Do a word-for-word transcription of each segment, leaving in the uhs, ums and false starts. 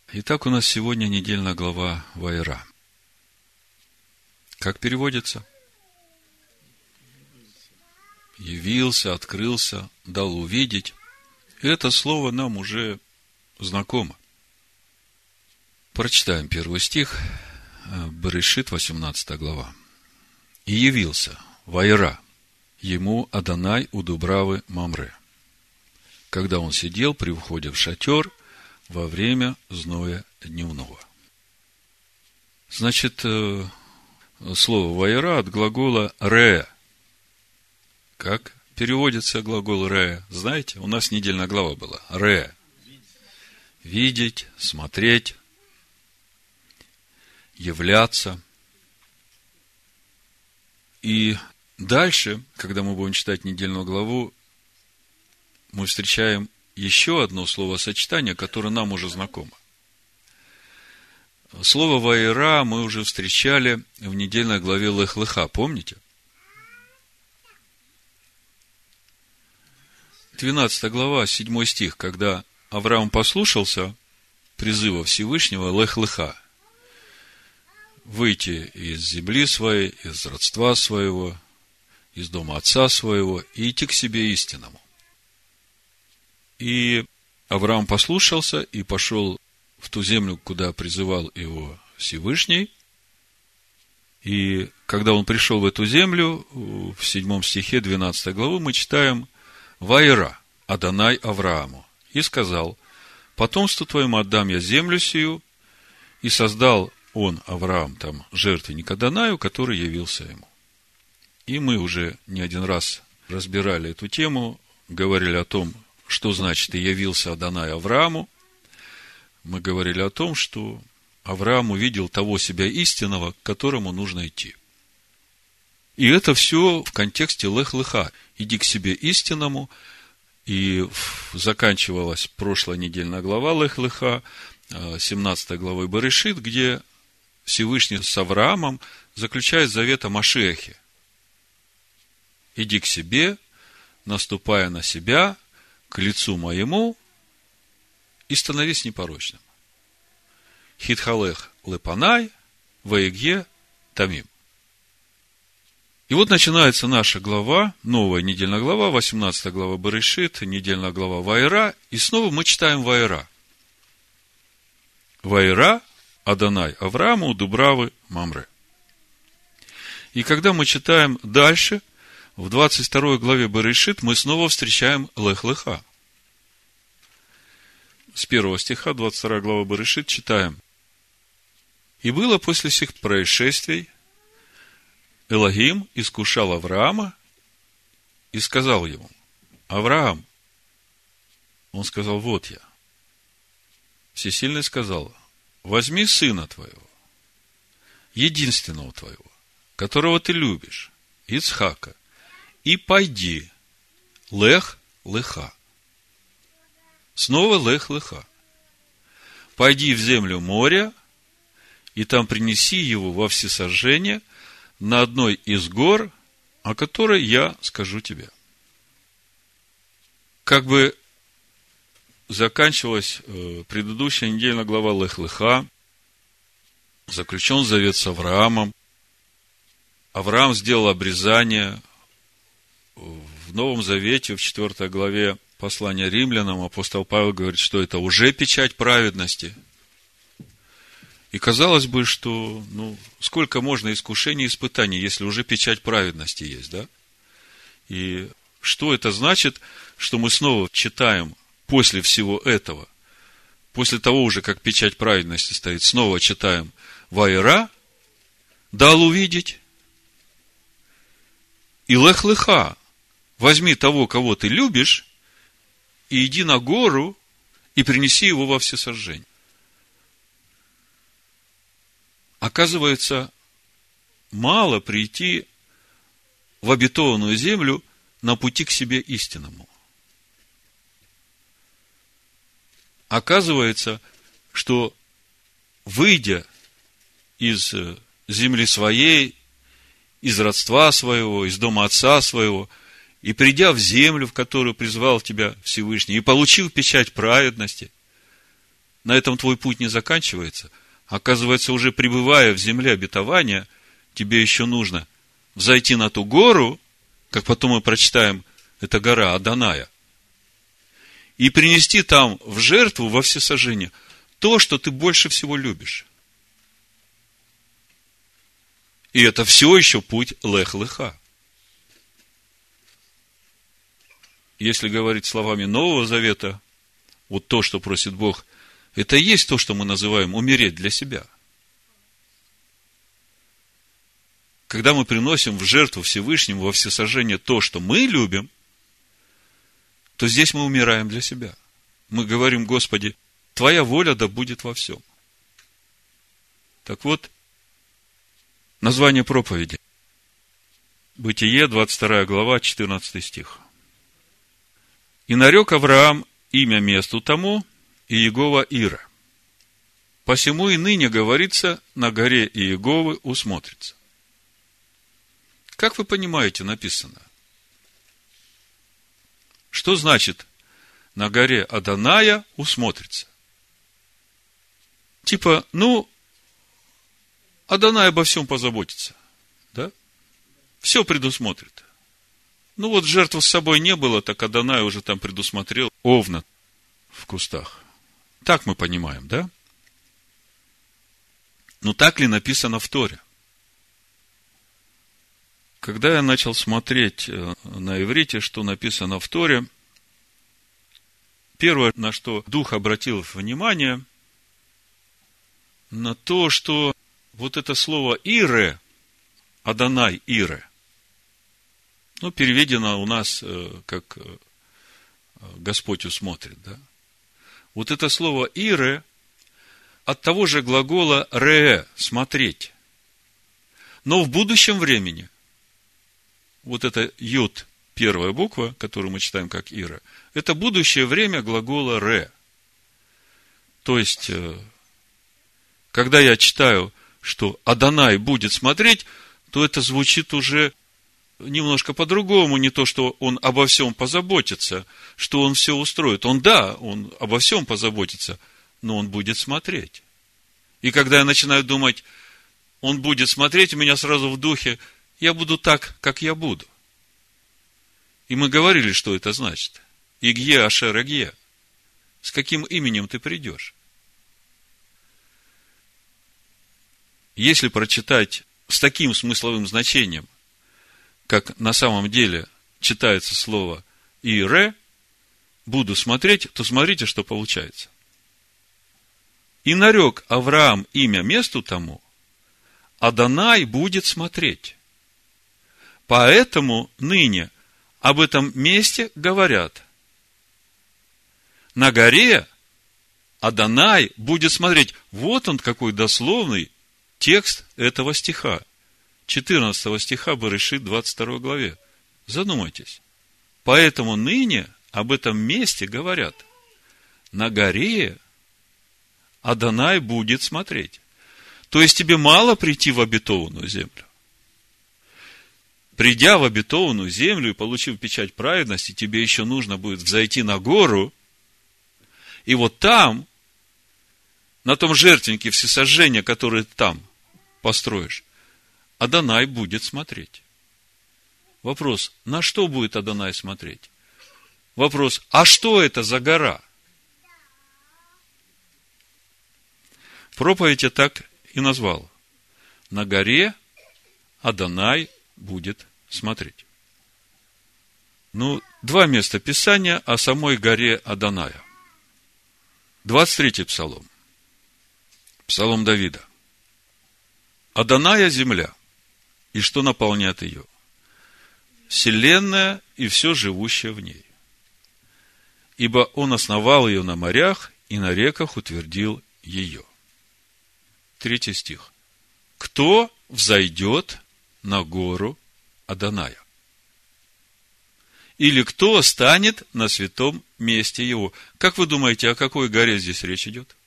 Итак, у нас сегодня недельная глава Ваера. Как переводится? Явился, открылся, дал увидеть. Это слово нам уже знакомо. Прочитаем первый стих, Берешит, восемнадцатая глава. «И явился Ваера ему Адонай у Дубравы Мамре, когда он сидел при входе в шатер во время зноя дневного». Значит, слово «ваера» от глагола «ре». Как переводится глагол «ре»? Знаете, у нас недельная глава была. «Ре». Видеть, смотреть, являться. И дальше, когда мы будем читать недельную главу, мы встречаем еще одно словосочетание, которое нам уже знакомо. Слово «ваера» мы уже встречали в недельной главе Лех-Леха, помните? двенадцатая глава, седьмой стих, когда Авраам послушался призыва Всевышнего Лех-Леха, выйти из земли своей, из родства своего, из дома отца своего и идти к себе истинному. И Авраам послушался и пошел в ту землю, куда призывал его Всевышний. И когда он пришел в эту землю, в седьмом стихе двенадцатой главы мы читаем: «Ваера, Адонай Аврааму, и сказал: потомству твоему отдам я землю сию, и создал он, Авраам, там жертвенник Адонаю, который явился ему». И мы уже не один раз разбирали эту тему, говорили о том, что значит «и явился Адонай Аврааму». Мы говорили о том, что Авраам увидел того себя истинного, к которому нужно идти. И это все в контексте Лех-Леха. Иди к себе истинному. И заканчивалась прошлая недельная глава Лех-Леха, семнадцатой главой Берешит, где Всевышний с Авраамом заключает завет о Машиахе. Иди к себе, наступая на себя, к лицу моему, и становись непорочным. Хитхалех лепанай, ваегье тамим. И вот начинается наша глава, новая недельная глава, восемнадцатая глава Берешит, недельная глава Ваера, и снова мы читаем Ваера. Ваера, Адонай Аврааму, Дубравы Мамре. И когда мы читаем дальше, в двадцать второй главе Берешит, мы снова встречаем Лех-Леха. С первого стиха, двадцать вторая глава Берешит, читаем: «И было после сих происшествий, Элохим искушал Авраама и сказал ему: Авраам». Он сказал: вот я. Всесильный сказал: возьми сына твоего, единственного твоего, которого ты любишь, Ицхака, и пойди Лех-Леха. Снова Лех-Леха. Пойди в землю моря, и там принеси его во всесожжение на одной из гор, о которой я скажу тебе. Как бы заканчивалась предыдущая недельная глава Лех-Леха, заключен завет с Авраамом. Авраам сделал обрезание. В Новом Завете, в четвёртой главе послания Римлянам, апостол Павел говорит, что это уже печать праведности. И казалось бы, что ну, сколько можно искушений и испытаний, если уже печать праведности есть, да? И что это значит, что мы снова читаем после всего этого, после того уже, как печать праведности стоит, снова читаем Ваера, дал увидеть, и Лех-Леха, возьми того, кого ты любишь, и иди на гору, и принеси его во всесожжение. Оказывается, мало прийти в обетованную землю на пути к себе истинному. Оказывается, что, выйдя из земли своей, из родства своего, из дома отца своего, и придя в землю, в которую призвал тебя Всевышний, и получив печать праведности, на этом твой путь не заканчивается. Оказывается, уже пребывая в земле обетования, тебе еще нужно взойти на ту гору, как потом мы прочитаем, это гора Аданая, и принести там в жертву во всесожжение то, что ты больше всего любишь. И это все еще путь лех-леха. Если говорить словами Нового Завета, вот то, что просит Бог, это и есть то, что мы называем умереть для себя. Когда мы приносим в жертву Всевышнему во всесожжение то, что мы любим, то здесь мы умираем для себя. Мы говорим: Господи, Твоя воля да будет во всем. Так вот, название проповеди. Бытие, двадцать вторая глава, четырнадцатый стих. «И нарек Авраам имя месту тому, Иегова Ира. Посему и ныне говорится, на горе Иеговы усмотрится». Как вы понимаете, написано? Что значит на горе Аданая усмотрится? Типа, ну, Адонай обо всем позаботится. Да? Все предусмотрит. Ну вот жертвы с собой не было, так Адонай уже там предусмотрел овна в кустах. Так мы понимаем, да? Но так ли написано в Торе? Когда я начал смотреть на иврите, что написано в Торе, первое, на что Дух обратил внимание, на то, что вот это слово «ире», Адонай Ире, ну, переведено у нас как Господь усмотрит, да? Вот это слово «ире» от того же глагола «ре» – «смотреть». Но в будущем времени вот это «ют», первая буква, которую мы читаем как «ире», это будущее время глагола «ре». То есть, когда я читаю, что Адонай будет смотреть, то это звучит уже немножко по-другому, не то, что он обо всем позаботится, что он все устроит. Он, да, он обо всем позаботится, но он будет смотреть. И когда я начинаю думать, он будет смотреть, у меня сразу в духе, я буду так, как я буду. И мы говорили, что это значит. Игье ашер игье. С каким именем ты придешь? Если прочитать с таким смысловым значением, как на самом деле читается слово «ире», буду смотреть, то смотрите, что получается. «И нарек Авраам имя месту тому, Адонай будет смотреть. Поэтому ныне об этом месте говорят: на горе Адонай будет смотреть». Вот он какой дословный текст этого стиха. четырнадцатого стиха Берешит, двадцать второй главе. Задумайтесь. Поэтому ныне об этом месте говорят: на горе Адонай будет смотреть. То есть тебе мало прийти в обетованную землю. Придя в обетованную землю и получив печать праведности, тебе еще нужно будет взойти на гору, и вот там, на том жертвеннике всесожжения, который ты там построишь, Адонай будет смотреть. Вопрос: на что будет Адонай смотреть? Вопрос: а что это за гора? Проповедь я так и назвал: на горе Адонай будет смотреть. Ну, два места Писания о самой горе Аданая. двадцать третий псалом. Псалом Давида. Аданая земля, и что наполняет ее? Вселенная и все живущее в ней. Ибо он основал ее на морях и на реках утвердил ее. Третий стих. Кто взойдет на гору Аданая? Или кто станет на святом месте его? Как вы думаете, о какой горе здесь речь идет?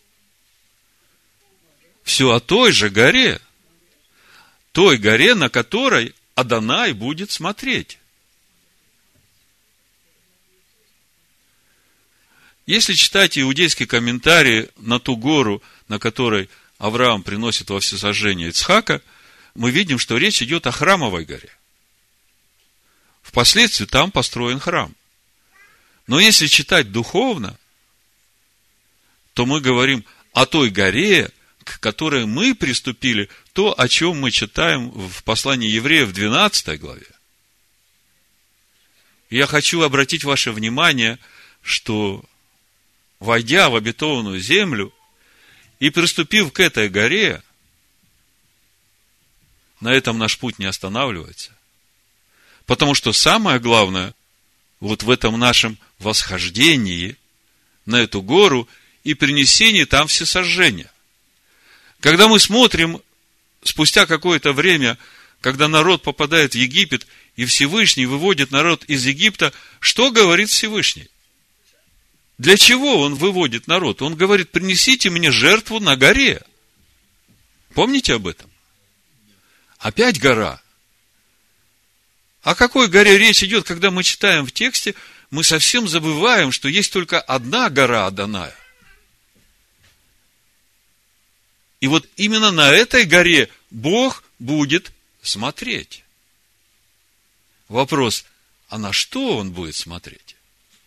Все о той же горе. Той горе, на которой Адонай будет смотреть. Если читать иудейские комментарии на ту гору, на которой Авраам приносит во всесожжение Ицхака, мы видим, что речь идет о храмовой горе. Впоследствии там построен храм. Но если читать духовно, то мы говорим о той горе, к которой мы приступили, то, о чем мы читаем в послании евреев в двенадцатой главе. И я хочу обратить ваше внимание, что, войдя в обетованную землю и приступив к этой горе, на этом наш путь не останавливается. Потому что самое главное, вот в этом нашем восхождении на эту гору и принесении там всесожжения. Когда мы смотрим, спустя какое-то время, когда народ попадает в Египет, и Всевышний выводит народ из Египта, что говорит Всевышний? Для чего он выводит народ? Он говорит: принесите мне жертву на горе. Помните об этом? Опять гора. О какой горе речь идет, когда мы читаем в тексте, мы совсем забываем, что есть только одна гора Адоная. И вот именно на этой горе Бог будет смотреть. Вопрос: а на что он будет смотреть?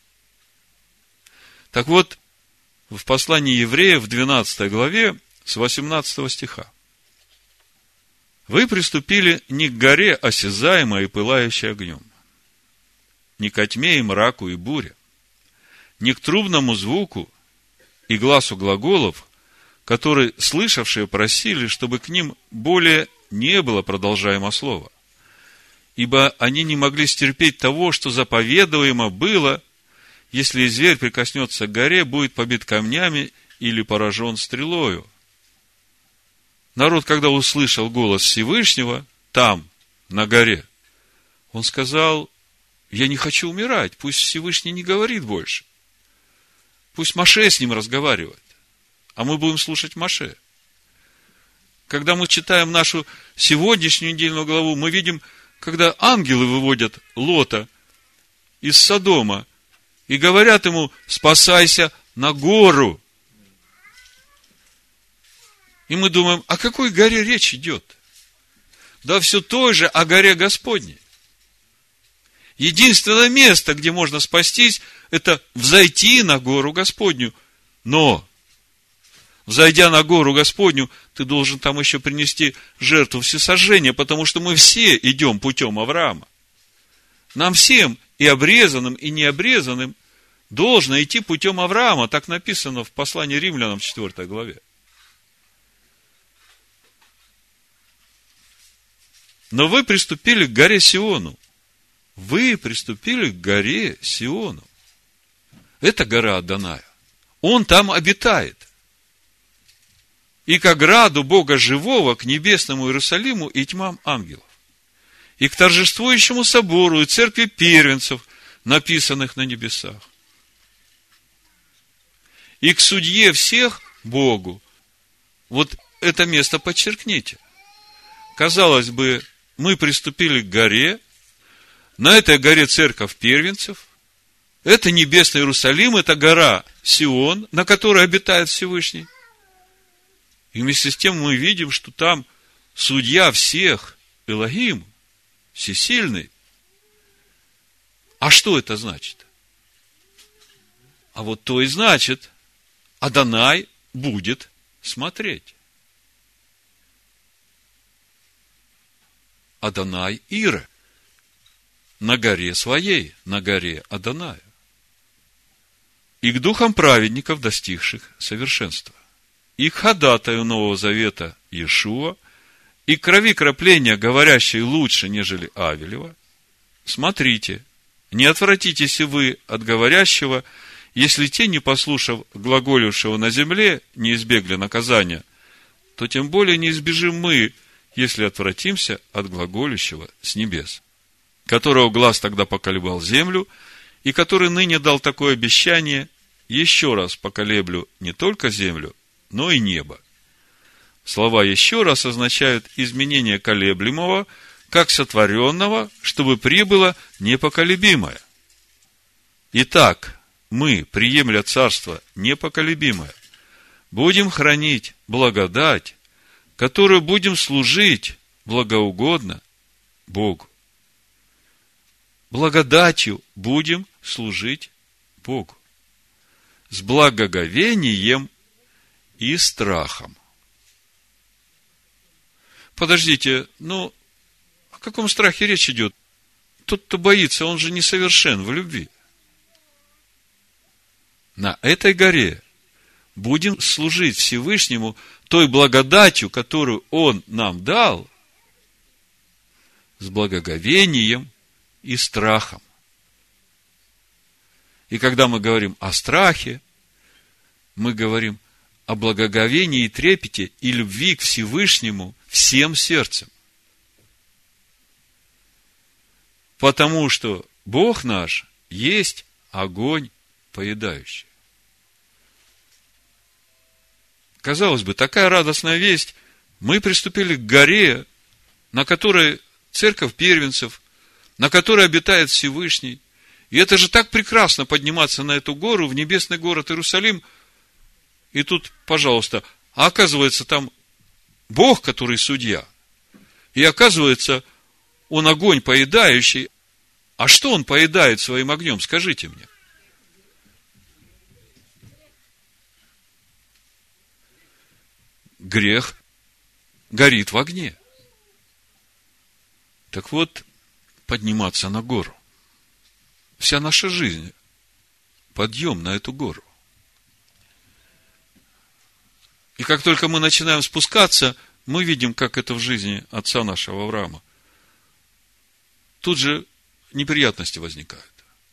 Так вот, в послании евреев в двенадцатой главе с восемнадцатого стиха. Вы приступили не к горе, осязаемой и пылающей огнем, не ко тьме и мраку и буре, не к трубному звуку и гласу глаголов, которые слышавшие просили, чтобы к ним более не было продолжаемо слова, ибо они не могли стерпеть того, что заповедуемо было: если зверь прикоснется к горе, будет побит камнями или поражен стрелою. Народ, когда услышал голос Всевышнего там, на горе, он сказал: я не хочу умирать, пусть Всевышний не говорит больше. Пусть Моше с ним разговаривает, а мы будем слушать Моше. Когда мы читаем нашу сегодняшнюю недельную главу, мы видим, когда ангелы выводят Лота из Содома и говорят ему: спасайся на гору. И мы думаем, о какой горе речь идет? Да все то же о горе Господней. Единственное место, где можно спастись, это взойти на гору Господню. Но, взойдя на гору Господню, ты должен там еще принести жертву всесожжения, потому что мы все идем путем Авраама. Нам всем, и обрезанным, и необрезанным, должно идти путем Авраама. Так написано в послании Римлянам в четвёртой главе. Но вы приступили к горе Сиону. Вы приступили к горе Сиону. Это гора Адоная. Он там обитает. И к ограду Бога живого, к небесному Иерусалиму и тьмам ангелов. И к торжествующему собору и церкви первенцев, написанных на небесах. И к судье всех Богу. Вот это место подчеркните. Казалось бы, мы приступили к горе, на этой горе церковь первенцев, это небесный Иерусалим, это гора Сион, на которой обитает Всевышний. И вместе с тем мы видим, что там судья всех, Элохим, всесильный. А что это значит? А вот то и значит, Адонай будет смотреть. Адонай Ире. На горе своей, на горе Адоная. И к духам праведников, достигших совершенства. И к ходатаю Нового Завета Иешуа, и к крови кропления, говорящей лучше, нежели Авелева. Смотрите, не отвратитесь и вы от говорящего, если те, не послушав глаголившего на земле, не избегли наказания, то тем более не избежим мы, если отвратимся от глаголющего с небес, которого глаз тогда поколебал землю, и который ныне дал такое обещание: еще раз поколеблю не только землю, но и небо. Слова «еще раз» означают изменение колеблемого, как сотворенного, чтобы прибыло непоколебимое. Итак, мы, приемля царство непоколебимое, будем хранить благодать, которую будем служить благоугодно Богу. Благодатью будем служить Богу. С благоговением и страхом. Подождите, ну, о каком страхе речь идет? Тот, кто боится, он же несовершен в любви. На этой горе будем служить Всевышнему той благодатью, которую Он нам дал, с благоговением и страхом. И когда мы говорим о страхе, мы говорим о благоговении и трепете и любви к Всевышнему всем сердцем. Потому что Бог наш есть огонь поедающий. Казалось бы, такая радостная весть. Мы приступили к горе, на которой церковь первенцев, на которой обитает Всевышний. И это же так прекрасно подниматься на эту гору, в небесный город Иерусалим. И тут, пожалуйста, а оказывается, там Бог, который судья. И оказывается, Он огонь поедающий. А что Он поедает своим огнем? Скажите мне. Грех горит в огне. Так вот, подниматься на гору. Вся наша жизнь – подъем на эту гору. И как только мы начинаем спускаться, мы видим, как это в жизни отца нашего Авраама. Тут же неприятности возникают.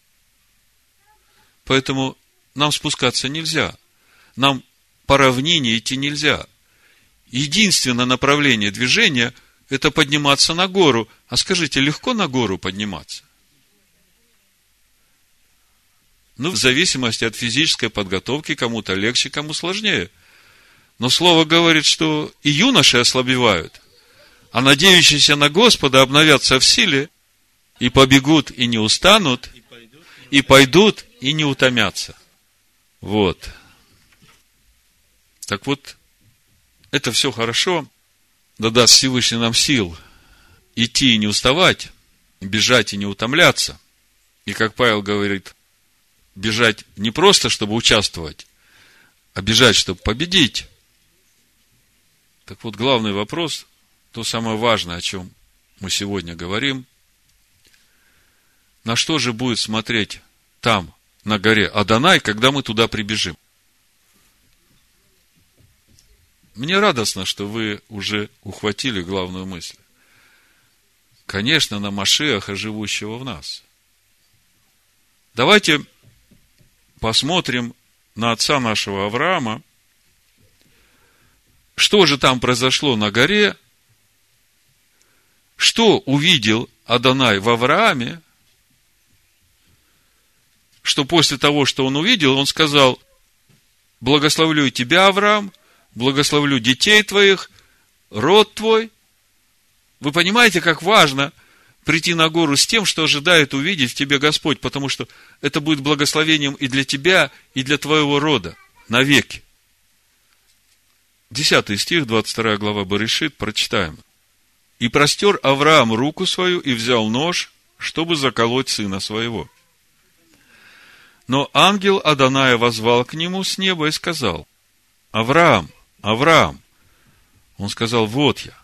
Поэтому нам спускаться нельзя. Нам по равнине идти нельзя. Единственное направление движения – это подниматься на гору. А скажите, легко на гору подниматься? Ну, в зависимости от физической подготовки, кому-то легче, кому сложнее. Но Слово говорит, что и юноши ослабевают, а надеющиеся на Господа обновятся в силе, и побегут, и не устанут, и пойдут, и не утомятся. Вот. Так вот, это все хорошо, да даст Всевышний нам сил идти и не уставать, бежать и не утомляться. И, как Павел говорит, бежать не просто, чтобы участвовать, а бежать, чтобы победить. Так вот, главный вопрос, то самое важное, о чем мы сегодня говорим, на что же будет смотреть там, на горе Адонай, когда мы туда прибежим? Мне радостно, что вы уже ухватили главную мысль. Конечно, на Машиаха, живущего в нас. Давайте посмотрим на отца нашего Авраама. Что же там произошло на горе? Что увидел Адонай в Аврааме? Что после того, что он увидел, он сказал: благословлю тебя, Авраам, благословлю детей твоих, род твой. Вы понимаете, как важно прийти на гору с тем, что ожидает увидеть в тебе Господь, потому что это будет благословением и для тебя, и для твоего рода навеки. Десятый стих, двадцать вторая глава Берешит, прочитаем. «И простер Авраам руку свою, и взял нож, чтобы заколоть сына своего. Но ангел Адоная воззвал к нему с неба и сказал: Авраам, Авраам. Он сказал: вот я.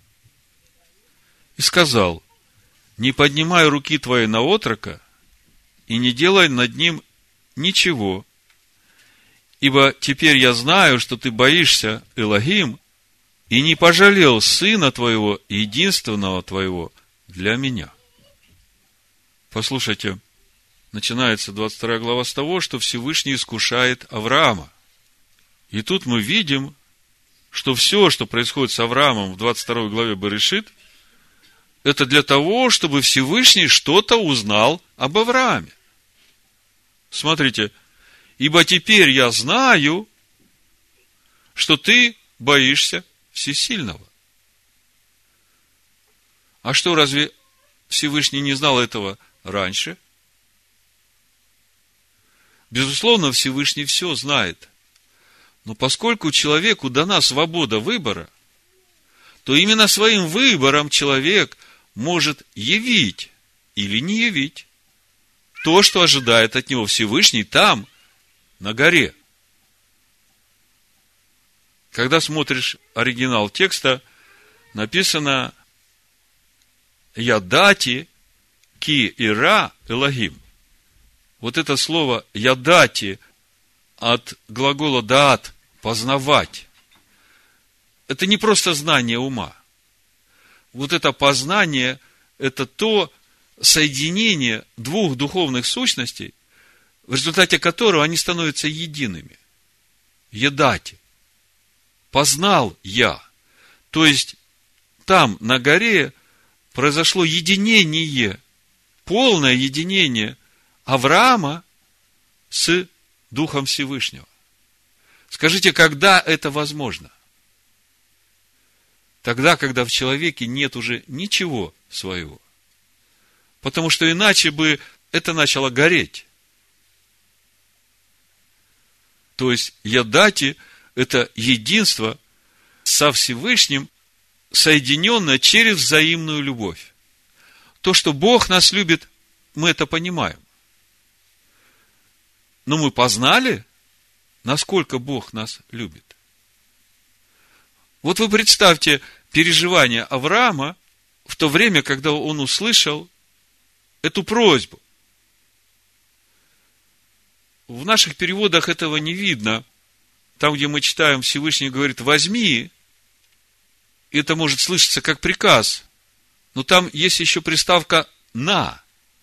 И сказал: не поднимай руки твоей на отрока и не делай над ним ничего, ибо теперь я знаю, что ты боишься Элохим и не пожалел сына твоего, единственного твоего, для меня». Послушайте, начинается двадцать вторая глава с того, что Всевышний искушает Авраама. И тут мы видим, что все, что происходит с Авраамом в двадцать второй главе Берешит, это для того, чтобы Всевышний что-то узнал об Аврааме. Смотрите, ибо теперь я знаю, что ты боишься Всесильного. А что, разве Всевышний не знал этого раньше? Безусловно, Всевышний все знает. Но поскольку человеку дана свобода выбора, то именно своим выбором человек может явить или не явить то, что ожидает от него Всевышний там, на горе. Когда смотришь оригинал текста, написано «Ядати ки ира Элохим». Вот это слово «ядати» от глагола «даат» – «познавать». Это не просто знание ума. Вот это познание – это то соединение двух духовных сущностей, в результате которого они становятся едиными. Ядати. Познал я. То есть, там, на горе, произошло единение, полное единение Авраама с Духом Всевышнего. Скажите, когда это возможно? Тогда, когда в человеке нет уже ничего своего. Потому что иначе бы это начало гореть. То есть, ядати – это единство со Всевышним, соединенное через взаимную любовь. То, что Бог нас любит, мы это понимаем. Но мы познали, насколько Бог нас любит. Вот вы представьте переживания Авраама в то время, когда он услышал эту просьбу. В наших переводах этого не видно. Там, где мы читаем, Всевышний говорит: возьми, это может слышаться как приказ. Но там есть еще приставка на.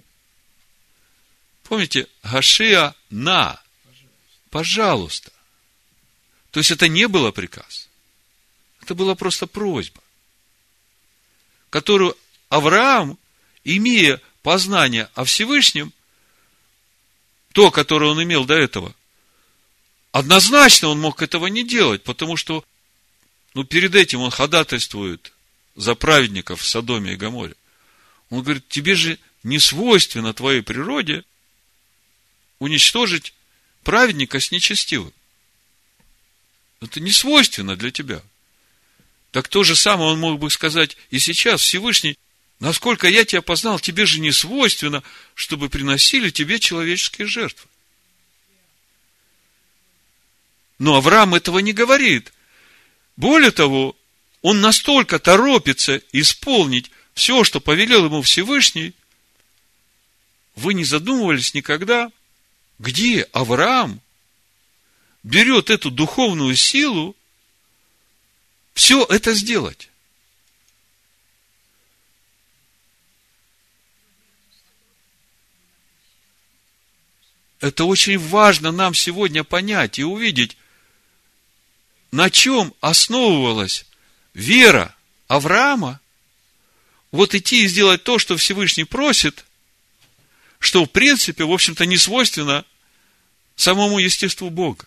Помните, Гашиа на. Пожалуйста. То есть это не было приказ. Это была просто просьба, которую Авраам, имея познание о Всевышнем, то, которое он имел до этого, однозначно он мог этого не делать, потому что ну, перед этим он ходатайствует за праведников в Содоме и Гоморе. Он говорит: тебе же не свойственно твоей природе уничтожить праведника с нечестивым. Это не свойственно для тебя. Так то же самое он мог бы сказать и сейчас: Всевышний, насколько я тебя познал, тебе же не свойственно, чтобы приносили тебе человеческие жертвы. Но Авраам этого не говорит. Более того, он настолько торопится исполнить все, что повелел ему Всевышний. Вы не задумывались никогда, где Авраам берет эту духовную силу все это сделать? Это очень важно нам сегодня понять и увидеть, на чем основывалась вера Авраама. Вот идти и сделать то, что Всевышний просит, что в принципе, в общем-то, не свойственно самому естеству Бога.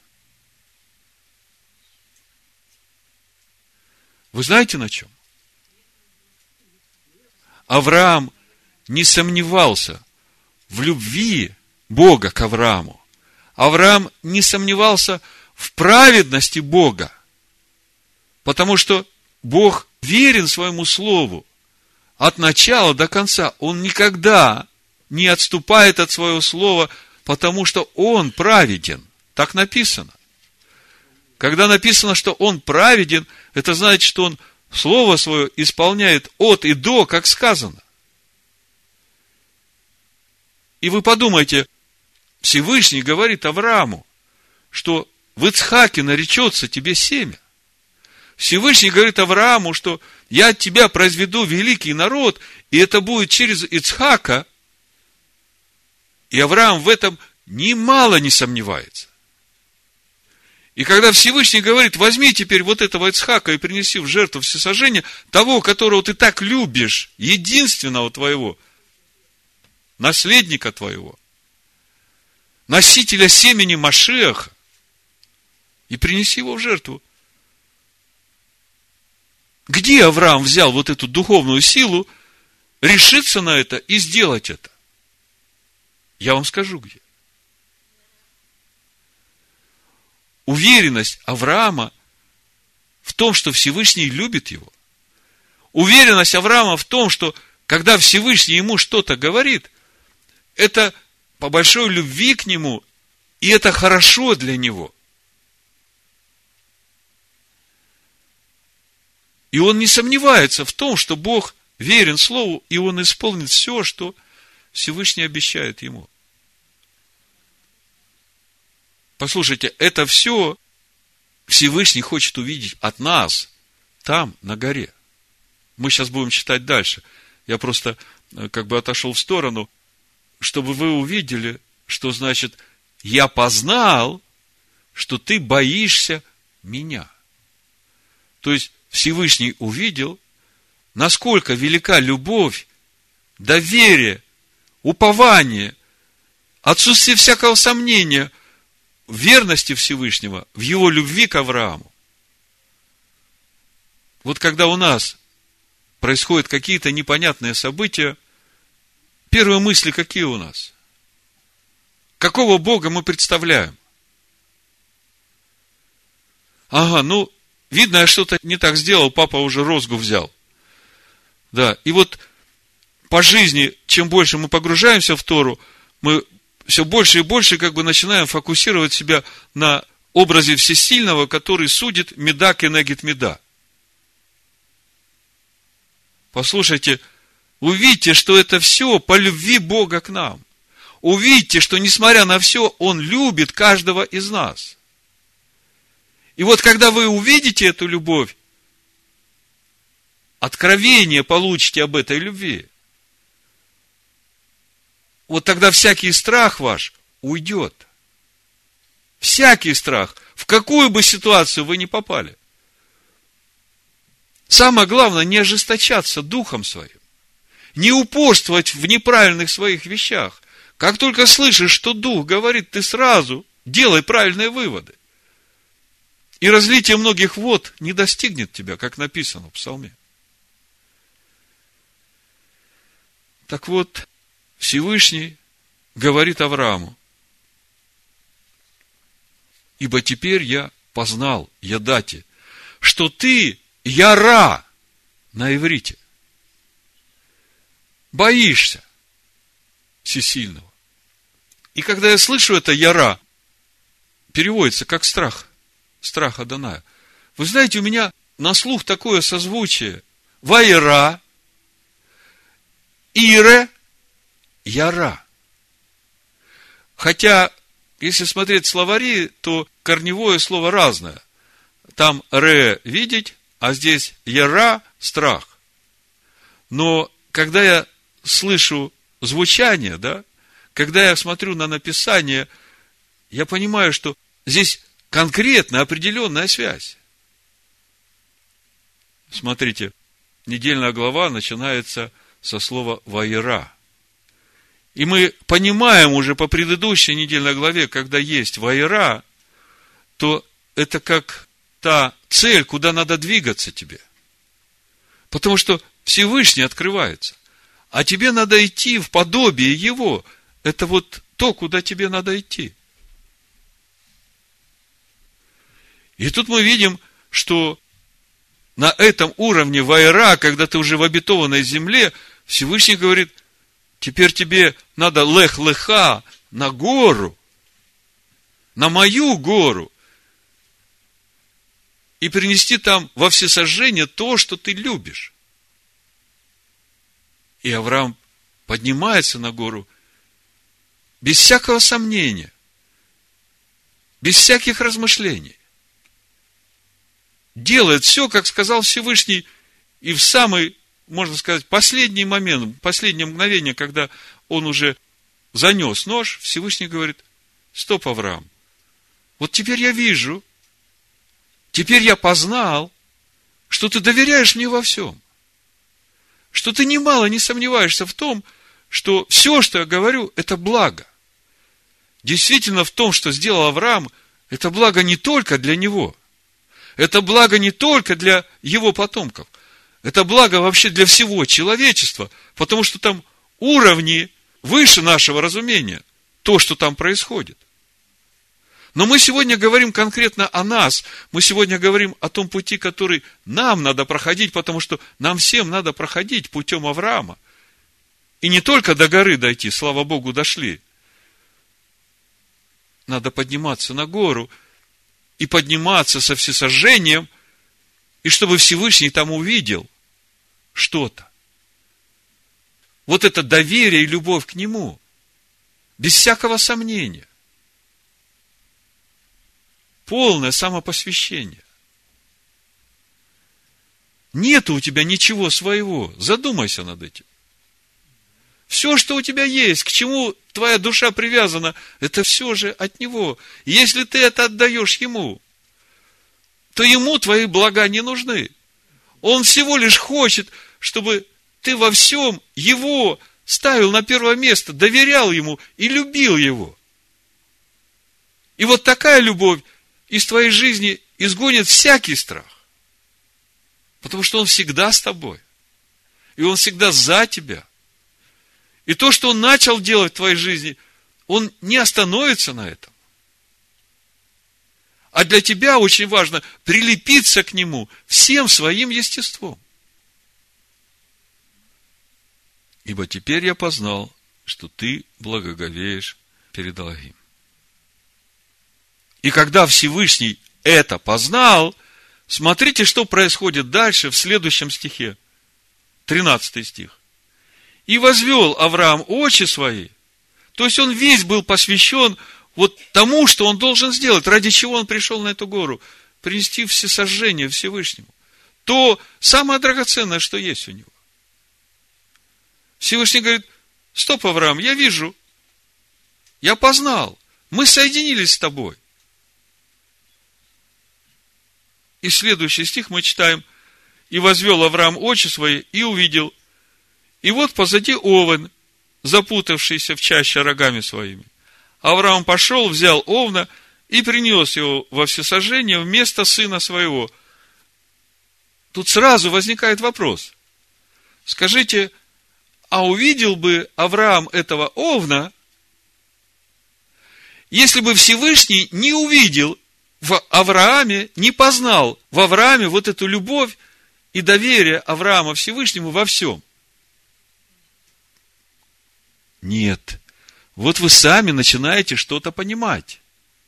Вы знаете на чем? Авраам не сомневался в любви Бога к Аврааму. Авраам не сомневался в праведности Бога, потому что Бог верен своему слову от начала до конца. Он никогда не отступает от своего слова, потому что Он праведен. Так написано. Когда написано, что Он праведен, это значит, что Он слово свое исполняет от и до, как сказано. И вы подумайте, Всевышний говорит Аврааму, что в Ицхаке наречется тебе семя. Всевышний говорит Аврааму, что я от тебя произведу великий народ, и это будет через Ицхака. И Авраам в этом немало не сомневается. И когда Всевышний говорит: возьми теперь вот этого Ицхака и принеси в жертву всесожжения того, которого ты так любишь, единственного твоего, наследника твоего, носителя семени Машиаха, и принеси его в жертву. Где Авраам взял вот эту духовную силу решиться на это и сделать это? Я вам скажу где. уверенность Авраама в том, что Всевышний любит его. Уверенность Авраама в том, что когда Всевышний ему что-то говорит, это по большой любви к нему, и это хорошо для него. И он не сомневается в том, что Бог верен Слову, и он исполнит все, что Всевышний обещает ему. Послушайте, это все Всевышний хочет увидеть от нас там, на горе. Мы сейчас будем читать дальше. Я просто как бы отошел в сторону, чтобы вы увидели, что значит, я познал, что ты боишься меня. То есть, Всевышний увидел, насколько велика любовь, доверие, упование, отсутствие всякого сомнения в верности Всевышнего, в его любви к Аврааму. Вот когда у нас происходят какие-то непонятные события, первые мысли какие у нас? Какого Бога мы представляем? Ага, ну, видно, я что-то не так сделал, папа уже розгу взял. Да, и вот по жизни, чем больше мы погружаемся в Тору, мы все больше и больше как бы начинаем фокусировать себя на образе всесильного, который судит меда кенегит меда. Послушайте, увидьте, что это все по любви Бога к нам. Увидьте, что несмотря на все, Он любит каждого из нас. И вот когда вы увидите эту любовь, откровение получите об этой любви, вот тогда всякий страх ваш уйдет. Всякий страх, в какую бы ситуацию вы ни попали. Самое главное, не ожесточаться духом своим, не упорствовать в неправильных своих вещах. Как только слышишь, что Дух говорит, ты сразу делай правильные выводы. И разлитие многих вод не достигнет тебя, как написано в Псалме. Так вот, Всевышний говорит Аврааму: ибо теперь я познал, ядати, что ты яра на иврите. Боишься всесильного. И когда я слышу это яра, переводится как страх. Страх Адоная. Вы знаете, у меня на слух такое созвучие. Вайра, ире, яра. Хотя, если смотреть словари, то корневое слово разное. Там ре видеть, а здесь яра страх. Но когда я слышу звучание, да, когда я смотрю на написание, я понимаю, что здесь конкретная, определенная связь. Смотрите, недельная глава начинается со слова «ваера». И мы понимаем уже по предыдущей недельной главе, когда есть «ваера», то это как та цель, куда надо двигаться тебе. Потому что Всевышний открывается. А тебе надо идти в подобие Его. Это вот то, куда тебе надо идти. И тут мы видим, что на этом уровне вайра, когда ты уже в обетованной земле, Всевышний говорит: теперь тебе надо лех-леха на гору, на мою гору, и принести там во всесожжение то, что ты любишь. И Авраам поднимается на гору без всякого сомнения, без всяких размышлений. Делает все, как сказал Всевышний, и в самый, можно сказать, последний момент, последнее мгновение, когда он уже занес нож, Всевышний говорит: стоп, Авраам, вот теперь я вижу, теперь я познал, что ты доверяешь мне во всем, что ты немало не сомневаешься в том, что все, что я говорю, это благо. Действительно, в том, что сделал Авраам, это благо не только для него. Это благо не только для его потомков. Это благо вообще для всего человечества, потому что там уровни выше нашего разумения, то, что там происходит. Но мы сегодня говорим конкретно о нас. Мы сегодня говорим о том пути, который нам надо проходить, потому что нам всем надо проходить путем Авраама. И не только до горы дойти, слава Богу, дошли. Надо подниматься на гору и подниматься со всесожжением, и чтобы Всевышний там увидел что-то. Вот это доверие и любовь к Нему, без всякого сомнения. Полное самопосвящение. Нету у тебя ничего своего. Задумайся над этим. Все, что у тебя есть, к чему твоя душа привязана, это все же от Него. И если ты это отдаешь Ему, то Ему твои блага не нужны. Он всего лишь хочет, чтобы ты во всем Его ставил на первое место, доверял Ему и любил Его. И вот такая любовь из твоей жизни изгонит всякий страх. Потому что Он всегда с тобой. И Он всегда за тебя. И то, что Он начал делать в твоей жизни, Он не остановится на этом. А для тебя очень важно прилепиться к Нему всем своим естеством. Ибо теперь я познал, что ты благоговеешь перед Элохим. И когда Всевышний это познал, смотрите, что происходит дальше в следующем стихе. тринадцатый стих. И возвел Авраам очи свои. То есть он весь был посвящен вот тому, что он должен сделать, ради чего он пришел на эту гору. Принести всесожжение Всевышнему. То самое драгоценное, что есть у него. Всевышний говорит: стоп, Авраам, я вижу, я познал, мы соединились с тобой. И следующий стих мы читаем: и возвел Авраам очи свои, и увидел. И вот позади овен, запутавшийся в чаще рогами своими. Авраам пошел, взял овна и принес его во всесожжение вместо сына своего. Тут сразу возникает вопрос. Скажите, а увидел бы Авраам этого овна, если бы Всевышний не увидел в Аврааме, не познал в Аврааме вот эту любовь и доверие Авраама Всевышнему во всем? Нет. Вот вы сами начинаете что-то понимать.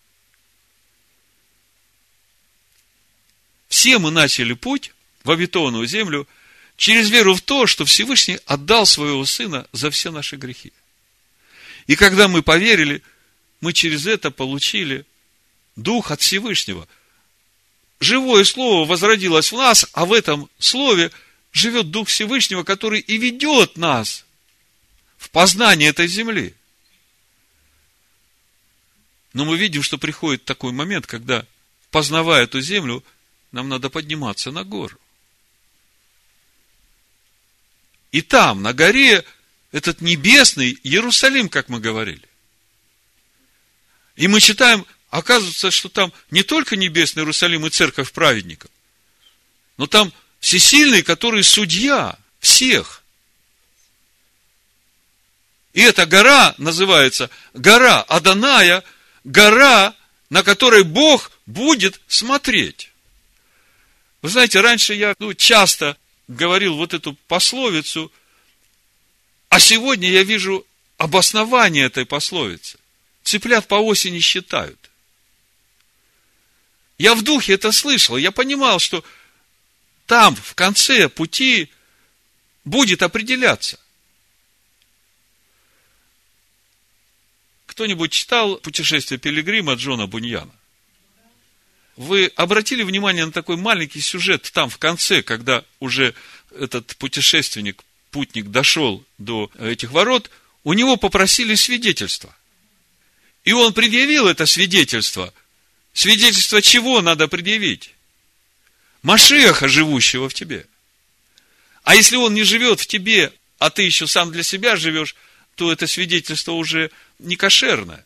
Все мы начали путь в обетованную землю через веру в то, что Всевышний отдал своего Сына за все наши грехи. И когда мы поверили, мы через это получили Дух от Всевышнего. Живое Слово возродилось в нас, а в этом Слове живет Дух Всевышнего, который и ведет нас в познание этой земли. Но мы видим, что приходит такой момент, когда, познавая эту землю, нам надо подниматься на гору. И там, на горе, этот небесный Иерусалим, как мы говорили. И мы читаем, оказывается, что там не только небесный Иерусалим и церковь праведников, но там всесильный, который судья всех. И эта гора называется гора Адоная, гора, на которой Бог будет смотреть. Вы знаете, раньше я ну, часто говорил вот эту пословицу, а сегодня я вижу обоснование этой пословицы. Цыплят по осени считают. Я в духе это слышал, я понимал, что там, в конце пути, будет определяться. Кто-нибудь читал «Путешествие пилигрима» Джона Буньяна? Вы обратили внимание на такой маленький сюжет там в конце, когда уже этот путешественник, путник дошел до этих ворот, у него попросили свидетельство. И он предъявил это свидетельство. Свидетельство чего надо предъявить? Машиаха, живущего в тебе. А если он не живет в тебе, а ты еще сам для себя живешь, то это свидетельство уже не кошерное.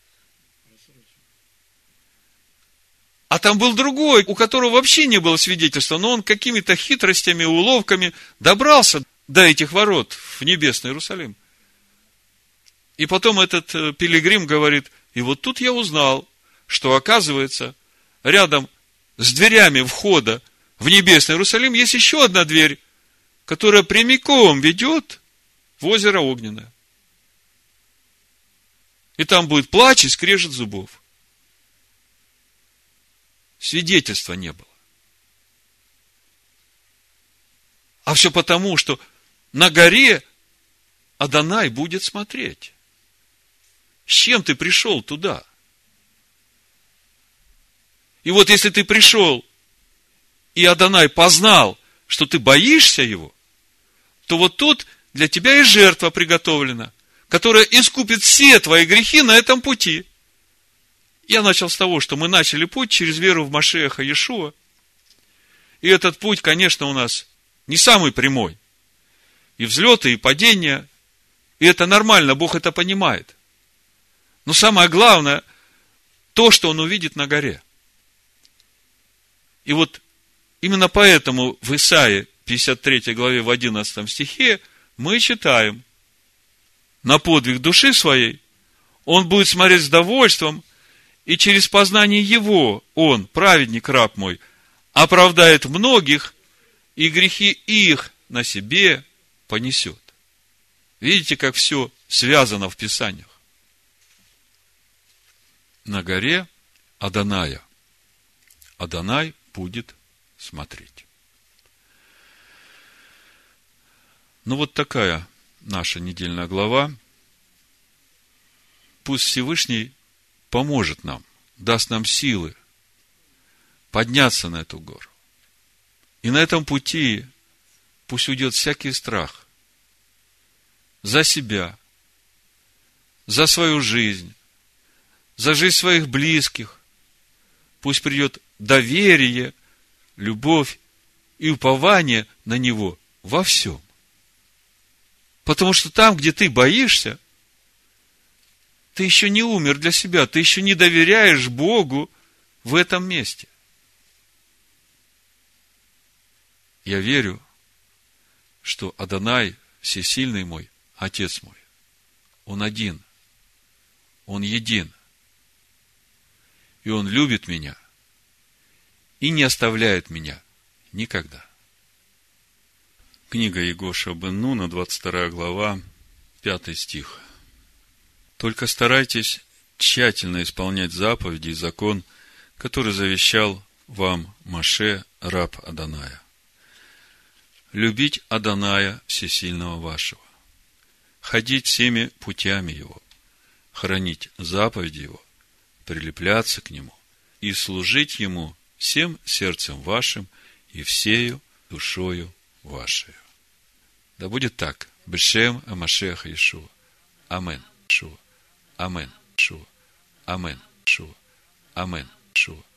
А там был другой, у которого вообще не было свидетельства, но он какими-то хитростями, уловками добрался до этих ворот в небесный Иерусалим. И потом этот пилигрим говорит: и вот тут я узнал, что, оказывается, рядом с дверями входа в небесный Иерусалим есть еще одна дверь, которая прямиком ведет в озеро Огненное. И там будет плач и скрежет зубов. Свидетельства не было. А все потому, что на горе Адонай будет смотреть. С чем ты пришел туда? И вот если ты пришел, и Адонай познал, что ты боишься его, то вот тут для тебя и жертва приготовлена, которая искупит все твои грехи на этом пути. Я начал с того, что мы начали путь через веру в Машиаха Иешуа. И этот путь, конечно, у нас не самый прямой. И взлеты, и падения. И это нормально, Бог это понимает. Но самое главное, то, что Он увидит на горе. И вот именно поэтому в Исаии пятьдесят третьей главе в одиннадцатом стихе мы читаем: на подвиг души своей он будет смотреть с довольством, и через познание его он, праведник, раб мой, оправдает многих, и грехи их на себе понесет. Видите, как все связано в Писаниях. На горе Адоная Адонай будет смотреть. Ну, вот такая наша недельная глава. Пусть Всевышний поможет нам, даст нам силы подняться на эту гору. И на этом пути пусть уйдет всякий страх за себя, за свою жизнь, за жизнь своих близких. Пусть придет доверие, любовь и упование на Него во всем. Потому что там, где ты боишься, ты еще не умер для себя, ты еще не доверяешь Богу в этом месте. Я верю, что Адонай, всесильный мой, Отец мой, Он один, Он един. И Он любит меня и не оставляет меня никогда. Книга Егоша бен Нуна, двадцать вторая глава, пятый стих. Только старайтесь тщательно исполнять заповеди и закон, который завещал вам Моше, раб Адоная. Любить Адоная всесильного вашего, ходить всеми путями его, хранить заповеди его, прилепляться к нему и служить ему всем сердцем вашим и всею душою вашей. Да будет так. Бешем Машиаха Иешуа. Амен. Шуа. Амен. Шуа. Амен. Шуа. Амен. Шуа.